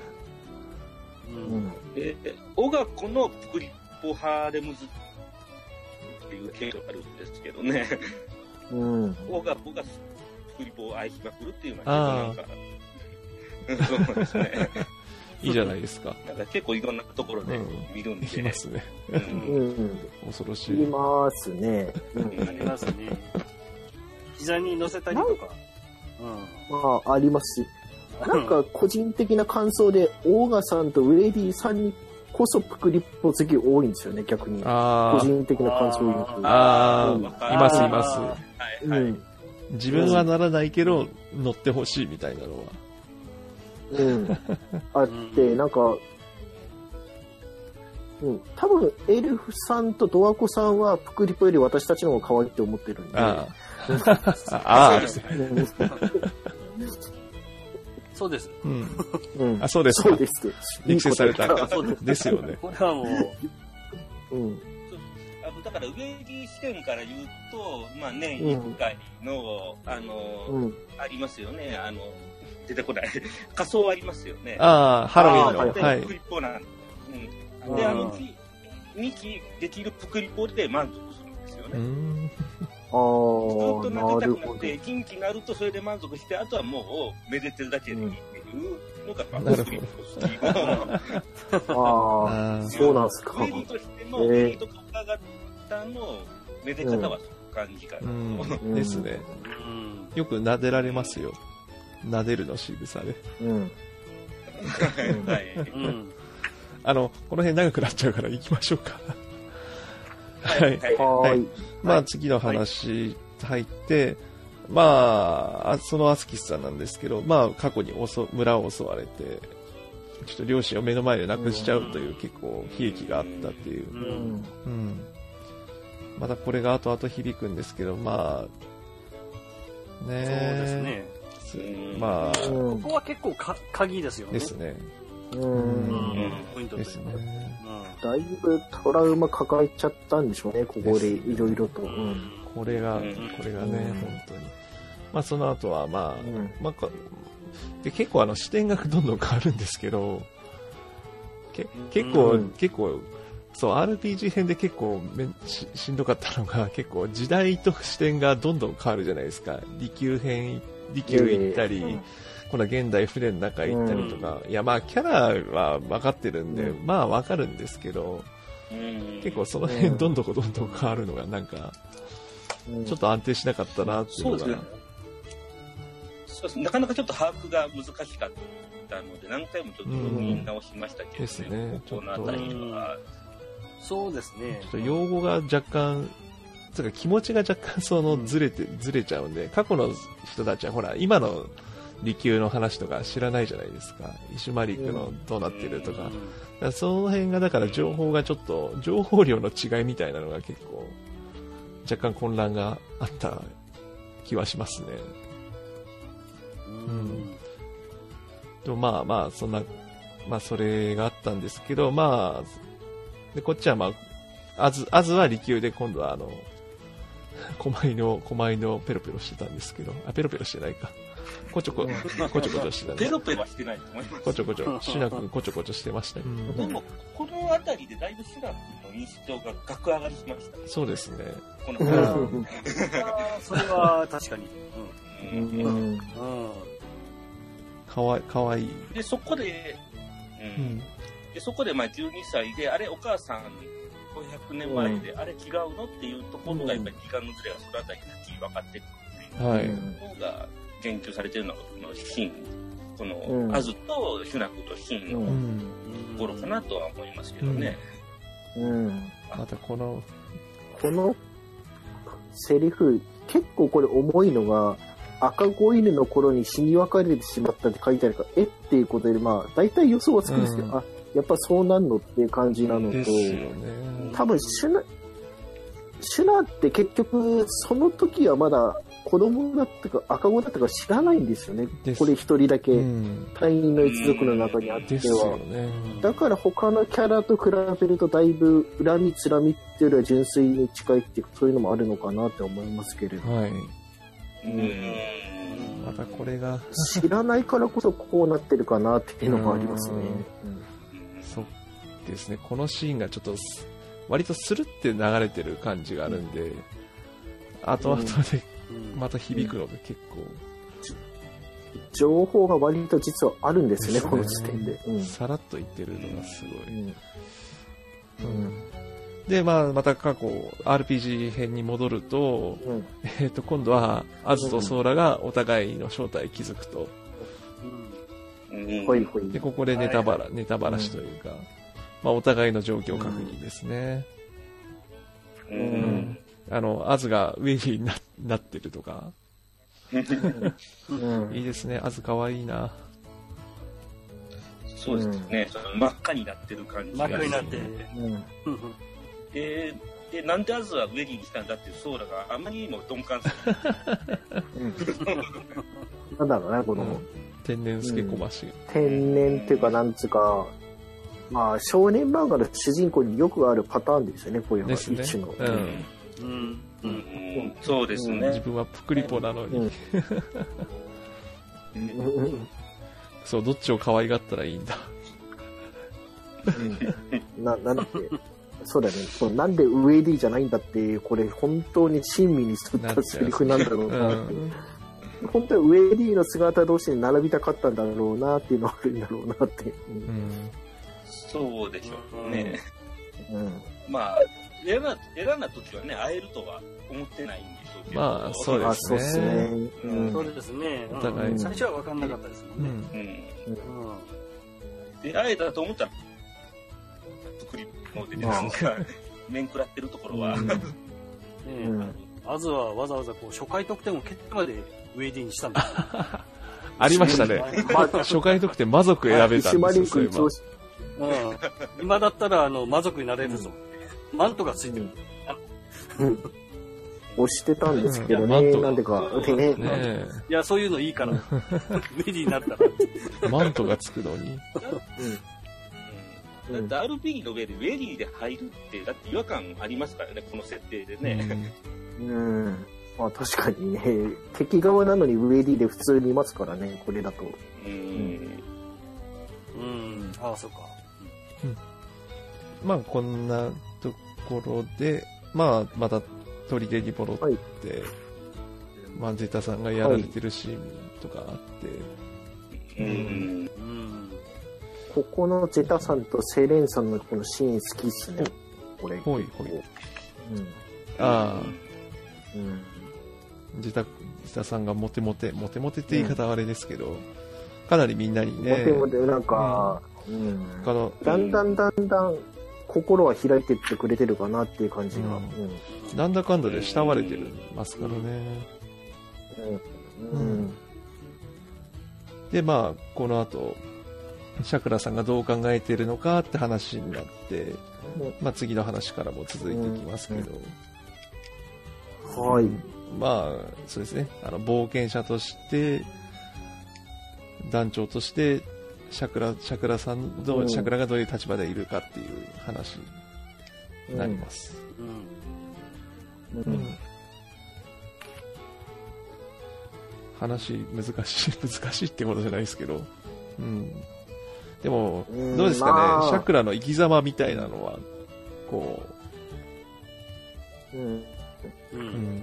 Speaker 4: オガコのプクリポハーレムズっていう系があるんですけどね。オガコがプクリポを愛しまくるっていうのは結構なんか、そうですね。
Speaker 1: いいじゃないですか。
Speaker 4: なんか結構いろんなところで見るんで。
Speaker 1: いますね。恐ろしい。
Speaker 2: いますね。
Speaker 3: ありますね。膝に乗せたりとか。
Speaker 2: まあ、ありますし。なんか個人的な感想で、オーガさんとウレディさんにこそプクリポ好き多いんですよね、逆に。個人的な感想を言うと。
Speaker 1: いますいます。自分はならないけど、乗ってほしいみたいなのは。
Speaker 2: あって、なんか、多分エルフさんとドワコさんはプクリポより私たちの方が可愛いって思ってるんで。
Speaker 3: そうです。
Speaker 1: そうです。
Speaker 2: そうです。
Speaker 1: 育成された。ですよね。
Speaker 3: これはもう。
Speaker 4: だから、ウェディ視点から言うと、まあ、年1回の、ありますよね。出てこない。仮装ありますよね。
Speaker 1: ハロウィンの。
Speaker 4: はい。プクリポなんで、2期できるプクリポで満足するんですよね。ずっとなでたくなって、近畿になるとそれで満足して、あとはもう、めでてるだけでいいっていうのが、プクリポ好きの。
Speaker 2: そうなんすか。
Speaker 4: ウェディとしての、ウェディとか方のめで方はそういう感じかな。
Speaker 1: ですね。よく撫でられますよ。撫でるの仕草で。この辺長くなっちゃうから行きましょうか。はい。まあ次の話入って、まあ、そのアスキスさんなんですけど、まあ過去に村を襲われて、ちょっと両親を目の前で亡くしちゃうという結構悲劇があったっていう。またこれが後々響くんですけど、まあ、ね。
Speaker 3: そうですね。
Speaker 1: まあ、
Speaker 3: ここは結構鍵ですよね。
Speaker 1: ですね。
Speaker 3: ポイント
Speaker 1: ですね。
Speaker 2: だいぶトラウマ抱えちゃったんでしょうね、ここでいろいろと。
Speaker 1: これがね、本当に。まあその後はまあ、で結構視点がどんどん変わるんですけど、結構、そう、RPG 編で結構しんどかったのが、結構時代と視点がどんどん変わるじゃないですか。利休行ったり、今度は現代船の中行ったりとか、いやまあキャラは分かってるんで、まあ分かるんですけど、結構その辺どんどん変わるのがなんか、ちょっと安定しなかったなっていうのが。
Speaker 4: そうですね。なかなかちょっと把握が難しかったので、何回もちょっと見直しましたけど、
Speaker 1: ですね。
Speaker 4: このあたりは。
Speaker 3: そうですね。
Speaker 1: ちょっと用語が若干、つうか気持ちが若干ずれちゃうんで、過去の人たちはほら、今の利休の話とか知らないじゃないですか。イシュマリクのどうなってるとか。だからその辺がだから情報がちょっと、情報量の違いみたいなのが結構、若干混乱があった気はしますね。とまあそんな、まあそれがあったんですけど、まあ、でこっちはまあ、アズは利休で今度は狛犬をペロペロしてたんですけど、ペロペロしてないか。こちょこちょしてたね。
Speaker 4: ペロペロはしてないと思います。
Speaker 1: こちょこちょ、シュナ君こちょこちょしてましたね。
Speaker 4: でも、この辺りでだいぶシュナ君の印象が格上がりしました。
Speaker 1: そうですね。
Speaker 4: この
Speaker 3: それは確かに。
Speaker 1: かわいい。
Speaker 4: で、そこでまあ12歳で、あれお母さん、500年前で、あれ違うのっていうところがやっぱり時間のずれがそのあたりにはっきり分かってくるっていうのが言及されているのがこのシーン、このアズとシュナクとシーンのところかなとは思いますけどね。
Speaker 1: またこの
Speaker 2: セリフ結構これ重いのが、赤子犬の頃に死に別れてしまったって書いてあるから、っていうことで、まあ、大体予想はつくんですけど、あ、やっぱそうなんのっていう感じなのと、
Speaker 1: ですよね。
Speaker 2: 多分シュナって結局、その時はまだ子供だったか赤子だったか知らないんですよね。これ一人だけ、隊員の一族の中にあっては。
Speaker 1: ね、
Speaker 2: だから他のキャラと比べるとだいぶ恨みつらみっていうよりは純粋に近いっていう、そういうのもあるのかなって思いますけれど。
Speaker 1: はい。またこれが
Speaker 2: 知らないからこそこうなってるかなっていうのもありますね。
Speaker 1: そうですね。このシーンがちょっと割とスルって流れてる感じがあるんで、後々でまた響くのが結構、
Speaker 2: 情報が割と実はあるんですね、この時点で。
Speaker 1: さらっと言ってるのがすごい。で、まあ、また過去、RPG 編に戻ると、今度は、アズとソーラがお互いの正体に気づくと。で、ここでネタバラシというか、まあ、お互いの状況確認ですね。アズがウェイリーになってるとか。いいですね、アズかわいいな。
Speaker 4: そうですね、真っ赤になってる感じ。
Speaker 3: 真っ赤になって。
Speaker 4: で、なんでアズはウェリーにしたんだっていうソーラがあまりにも鈍感する。
Speaker 2: なんだろうね、この、
Speaker 1: 天然すけこまし。
Speaker 2: 天然っていうか、なんつうか、まあ、少年漫画の主人公によくあるパターンですよね、こういうのが一種の。
Speaker 4: そうですね。
Speaker 1: 自分はプクリポなのに。そう、どっちを可愛がったらいいんだ。
Speaker 2: なんだっけ。そうだね。なんでウェディじゃないんだっていう、これ本当に親身に作ったセリフなんだろうなって。本当はウェディの姿同士に並びたかったんだろうなっていうのがあるんだろうなって。
Speaker 4: そうでしょうね。まあ、選んだ時はね、会えるとは思ってないんでしょうけど。
Speaker 1: まあ、そうですね。
Speaker 3: そうですね。
Speaker 1: お互い。
Speaker 3: 最初は分かんなかったですもんね。
Speaker 4: で、会えたと思ったら、作りのでなんか、面食らってるところは。
Speaker 3: アズはわざわざこう初回得点を蹴ってまでウェディにしたんだ。
Speaker 1: ありましたね。初回得点魔族選べたんですよ、そう
Speaker 3: 今だったら魔族になれるぞ。マントがついてる。
Speaker 2: 押してたんですけどね、なんでか。
Speaker 3: いや、そういうのいいから。ウェディになったら。
Speaker 1: マントがつくのに。
Speaker 4: だって RPG の上でウェリーで入るって、だって違和感ありますからね、この設定でね。
Speaker 2: まあ確かにね、敵側なのにウェディで普通にいますからね、これだと。
Speaker 3: ああ、そうか。
Speaker 1: まあこんなところで、まあまた砦に戻って、まあゼタさんがやられてるシーンとかあって、
Speaker 2: ここのゼタさんとセレンさんのこのシーン好きっすね、これ。
Speaker 1: ほいほい。ああ。ゼタさんがモテモテって言い方はあれですけど、かなりみんなにね。
Speaker 2: モテなんか、だんだん心は開いてってくれてるかなっていう感じが。
Speaker 1: なんだかんだで慕われてますからね。で、まあ、この後、シャクラさんがどう考えているのかって話になって、まあ次の話からも続いていきますけど。まあ、そうですね。冒険者として、団長として、シャクラがどういう立場でいるかっていう話になります。話難しいってことじゃないですけど、でもどうですかね、シャクラの生き様みたいなのはこう、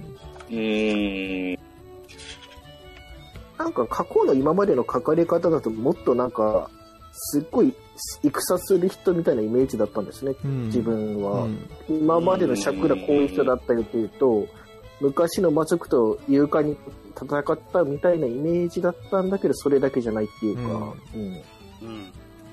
Speaker 2: なんか過去の今までの書かれ方だともっとなんかすっごい戦する人みたいなイメージだったんですね、自分は。今までのシャクラこういう人だったよっていうと、昔の魔族と勇敢に戦ったみたいなイメージだったんだけど、それだけじゃないっていうか、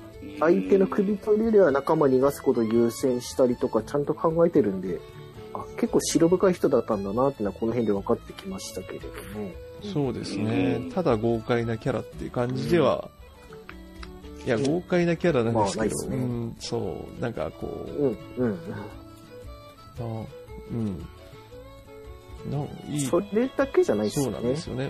Speaker 2: 相手の首取りよりは仲間逃がすことを優先したりとかちゃんと考えてるんで、 結構白深い人だったんだなっていうのはこの辺で分かってきましたけれども。
Speaker 1: そうですね。ただ豪快なキャラっていう感じでは、いや、豪快なキャラなんですけど、そう、なんかこう、いい。
Speaker 2: それだけじゃないですよね。
Speaker 1: そうなんですよね。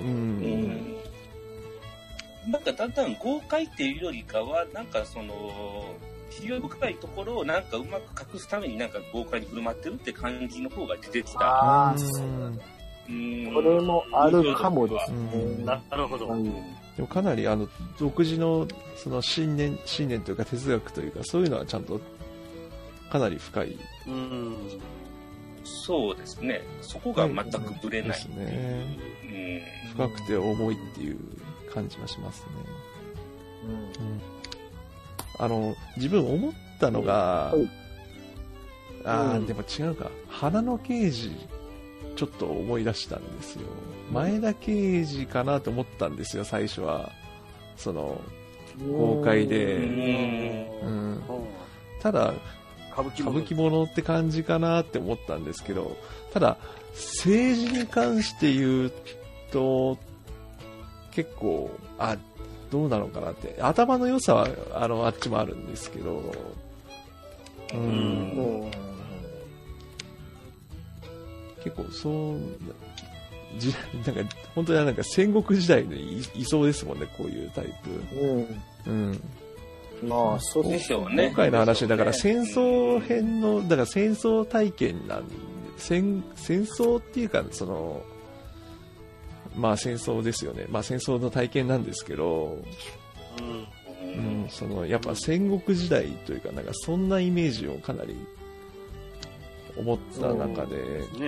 Speaker 4: なんかだんだん豪快っていうよりかは、なんかその、資料深いところをなんかうまく隠すためになんか豪快に振る舞ってるって感じの方が出てきた。
Speaker 2: ああ、これもあるかもですね。
Speaker 3: なるほど。
Speaker 1: でもかなり独自のその信念というか哲学というかそういうのはちゃんとかなり深い。
Speaker 4: そうですね。そこが全くぶれない
Speaker 1: ですね。深くて重いっていう感じはしますね。自分思ったのが、でも違うか。花の刑事ちょっと思い出したんですよ。前田刑事かなと思ったんですよ、最初は。その、豪快で。ただ、歌舞伎者って感じかなって思ったんですけど、ただ、政治に関して言うと、結構、どうなのかなって。頭の良さは、あっちもあるんですけど、結構なんか本当になんか戦国時代にいそうですもんね、こういうタイプ。
Speaker 2: まあそうでしょうね。
Speaker 1: 今回の話だから戦争編のだから戦争体験なん戦争っていうかそのまあ戦争ですよね。まあ戦争の体験なんですけど、そのやっぱ戦国時代というかなんかそんなイメージをかなり思った中で、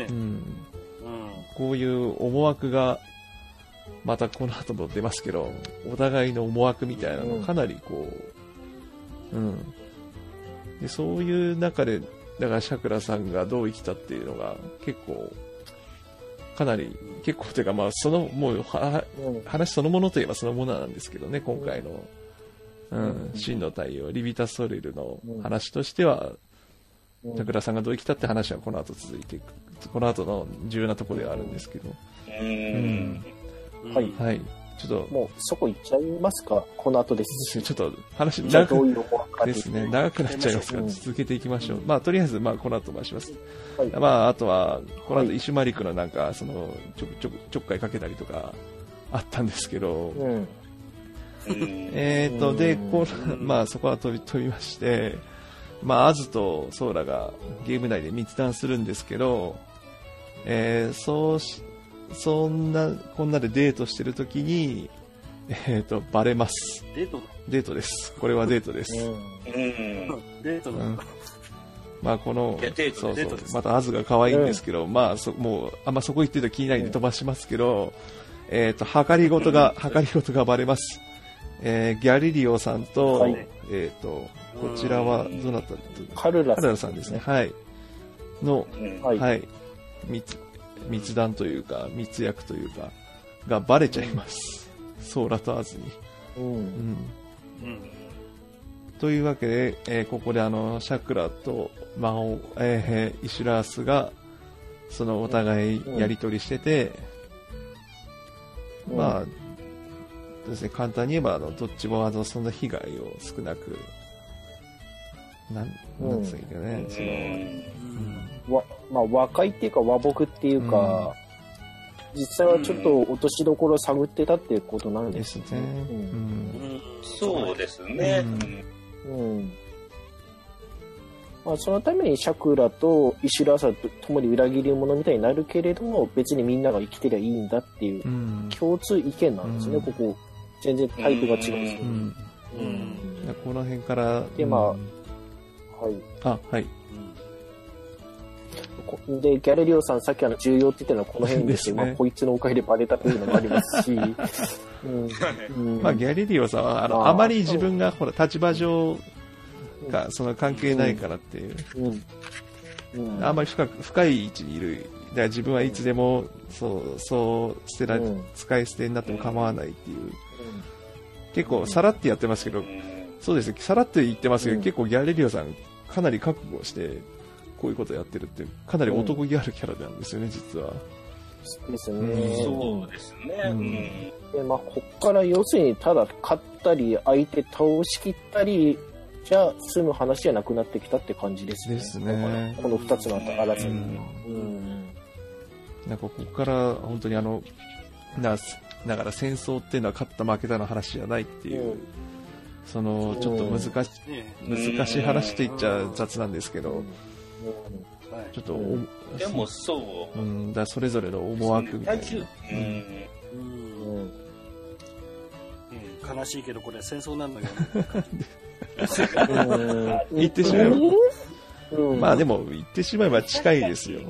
Speaker 1: こういう思惑がまたこの後も出ますけど、お互いの思惑みたいなのかなりこう、でそういう中でだからさくらさんがどう生きたっていうのが結構かなり結構というかまあそのもう話そのものといえばそのものなんですけどね、今回の真の太陽リビタ・ソレルの話としては。さくらさんがどう生きたって話はこの後続いていく、この後の重要なところではあるんですけど、はい、ちょっと
Speaker 2: もうそこ行っちゃいますか。この後です。
Speaker 1: ちょっと話長くですね、長くなっちゃいますから続けていきましょう。まあとりあえずまあこの後回します。まああとはこの後イシュマリクのなんかそのちょっかいかけたりとかあったんですけど、でまあそこは飛びまして。まあ、アズとソーラがゲーム内で密談するんですけど、そんなこんなでデートしてるときに、バレます。デートです。これはデートです。
Speaker 3: デートなんだ。
Speaker 1: まあこのそうまたアズが可愛いんですけど、まあもうあんまそこ言ってると気にないんで飛ばしますけど、計りごとがバレます。ギャリリオさんと、こちらはどなた？カルラさんですね。はい。の、はい。密談というか密約というかがバレちゃいます。ソーラとアズに。というわけで、ここでシャクラと魔王、イシュラースがそのお互いやり取りしてて、まあですね、簡単に言えばどっちもそんな被害を少なくなんですかね、
Speaker 2: まあ和解っていうか和睦っていうか、実際はちょっと落としどころを探ってたっていうことなんですね。
Speaker 4: そうですね。
Speaker 2: まあそのためにシャクラとイシュラーサと共に裏切り者みたいになるけれども、別にみんなが生きてりゃいいんだっていう共通意見なんですね。ここ全然タイプが違うんですよ。
Speaker 1: この辺から
Speaker 2: でまあ
Speaker 1: はい。
Speaker 2: で、ギャレリオさん、さっき重要って言ったのはこの辺ですよ。まあ、こいつのおかげでバレたというのもありますし。
Speaker 1: まあ、ギャレリオさんは、あまり自分が、ほら、立場上が、その関係ないからっていう。あんまり深い位置にいる。だから自分はいつでも、使い捨てになっても構わないっていう。結構、さらってやってますけど、そうですね、さらって言ってますけど、結構ギャレリオさん、かなり覚悟してこういうことやってるって、かなり男気あるキャラなんですよね、実は。
Speaker 2: ですね。
Speaker 4: そうですね。
Speaker 2: で、まあ、こっから要するにただ勝ったり、相手倒し切ったり、じゃあ済む話じゃなくなってきたって感じですね。
Speaker 1: ですね。
Speaker 2: この2つの争いに。
Speaker 1: なんかここから本当にだから戦争っていうのは勝った負けたの話じゃないっていう、そのちょっと難しい話って言っちゃ雑なんですけど、ちょっと
Speaker 4: でもそう、
Speaker 1: だそれぞれの思惑みたいな。
Speaker 3: 悲しいけどこれ戦争なんだよ。
Speaker 1: 言ってしまえば、まあでも言ってしまえば近いですよ。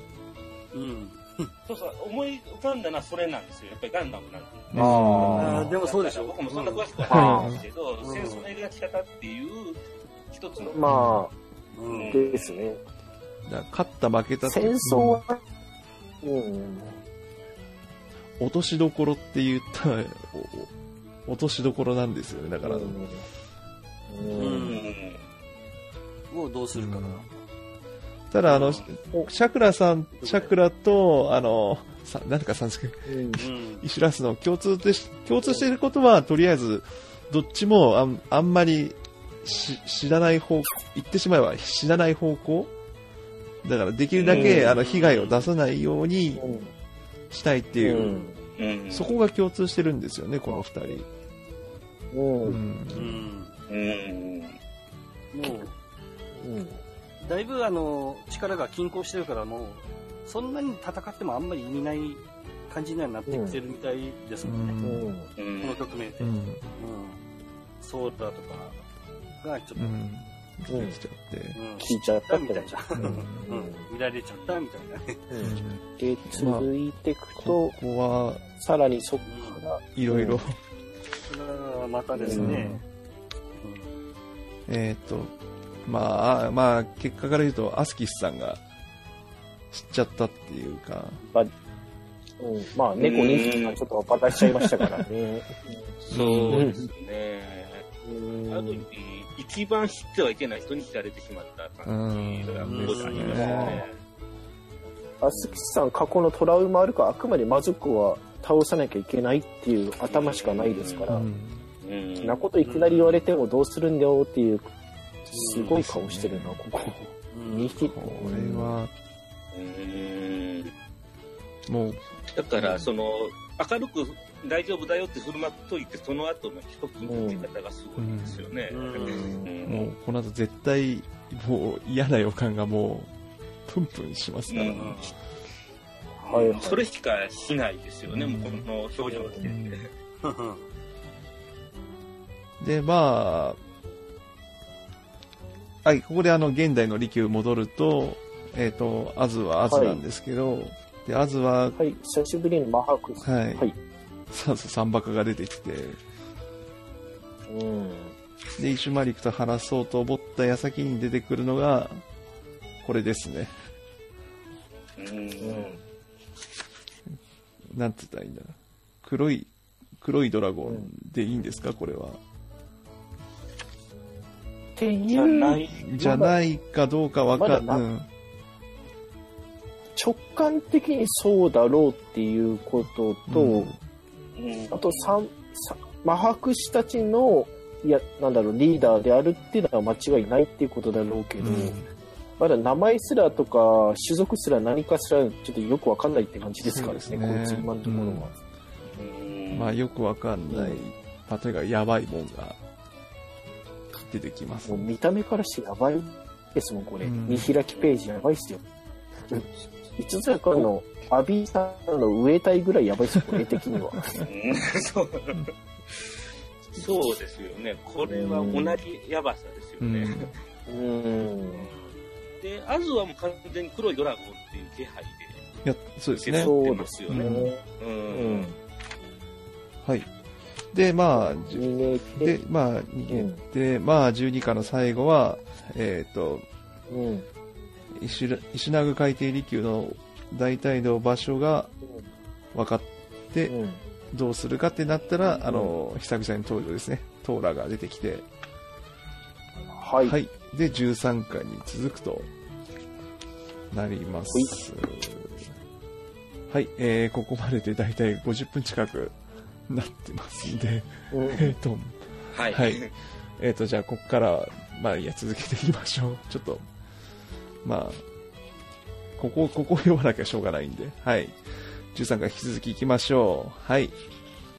Speaker 4: そうそう、思い浮かんだのはそれなんですよ。やっぱりガンダムなんで。
Speaker 3: でもそうでしょ。
Speaker 4: 僕もそんな詳しくはないんですけど、戦争の描き方っていう一つの。
Speaker 2: まあ、ですね。
Speaker 1: 勝った負けたって
Speaker 2: 戦争は、
Speaker 1: 落としどころって言ったら、落としどころなんですよね、だから。
Speaker 3: をどうするかな。
Speaker 1: ただシャクラとなんかさんですけど、石ラスの共通していることは、とりあえずどっちもあんまり知らない言ってしまえば知らない方向だから、できるだけ被害を出さないようにしたいっていう、そこが共通してるんですよね、この二人。
Speaker 3: だいぶ力が均衡してるから、もうそんなに戦ってもあんまり意味ない感じにはなってきてるみたいですもんね、この局面で、ソーダとかがちょっと
Speaker 1: 聞いちゃって、
Speaker 2: 聞いちゃったみたいな、
Speaker 3: 見られちゃったみたいなね。
Speaker 2: で続いていくと、
Speaker 1: ここは
Speaker 2: さらにそこから
Speaker 1: いろいろ
Speaker 3: またですね、
Speaker 1: まあ結果から言うとアスキスさんが知っちゃったっていうか、
Speaker 2: まあ猫2匹がちょっとバタしちゃいましたからね。
Speaker 4: そうですね。ある意味一番知ってはいけない人に知られてしまった感じがありますね。
Speaker 2: アスキスさん過去のトラウマあるから、あくまで魔族は倒さなきゃいけないっていう頭しかないですから、なこといきなり言われてもどうするんだよっていう、すごい顔してるな、ここ。2匹。
Speaker 1: これは、もう。
Speaker 4: だから、明るく大丈夫だよって振る舞っといて、その後の一つの出方がすごいんですよね。
Speaker 1: もう、この後絶対、もう嫌な予感がもう、プンプンしますから。
Speaker 4: それしかしないですよね、もうこの表情の時点で。
Speaker 1: で、まあ、はい、ここで現代の利休戻ると、アズはアズなんですけど、で、アズは、
Speaker 2: 久しぶりにマハク。
Speaker 1: サンバカが出てきて、で、イシュマリクと話そうと思った矢先に出てくるのが、これですね。なんて言ったらいいんだろう。黒いドラゴンでいいんですか、これは。じゃないかどうかわかんない。
Speaker 2: 直感的にそうだろうっていうことと、あとマハクシたちのリーダーであるっていうのは間違いないっていうことだろうけど、まだ名前すらとか種族すら何かしらちょっとよくわかんないって感じですからね、こいつ今のところは。
Speaker 1: まあよくわかんない、例えばやばいもんが出てきます。
Speaker 2: もう見た目からしてやばいですもん、これ。見開きページやばいっすよ。いつぞやからのアビーさんの上体ぐらいやばいっすよ、絵的には。
Speaker 4: そうですよね。これは同じやばさですよね。で、アズはもう完全に黒いドラゴンっていう気配で。
Speaker 1: いや、そうですね。
Speaker 2: そうですよね。
Speaker 1: はい。で、まあ、逃げて、まあ、12課の最後は、石長海底離宮の大体の場所が分かって、どうするかってなったら、久々に登場ですね。トーラが出てきて、はい。で、13巻に続くとなります。はい、ここまででだいたい50分近くなってますんで、はい。はい。じゃあ、ここから、まあ、続けていきましょう。ちょっと、まあ、ここを読まなきゃしょうがないんで、はい。13から引き続きいきましょう。はい。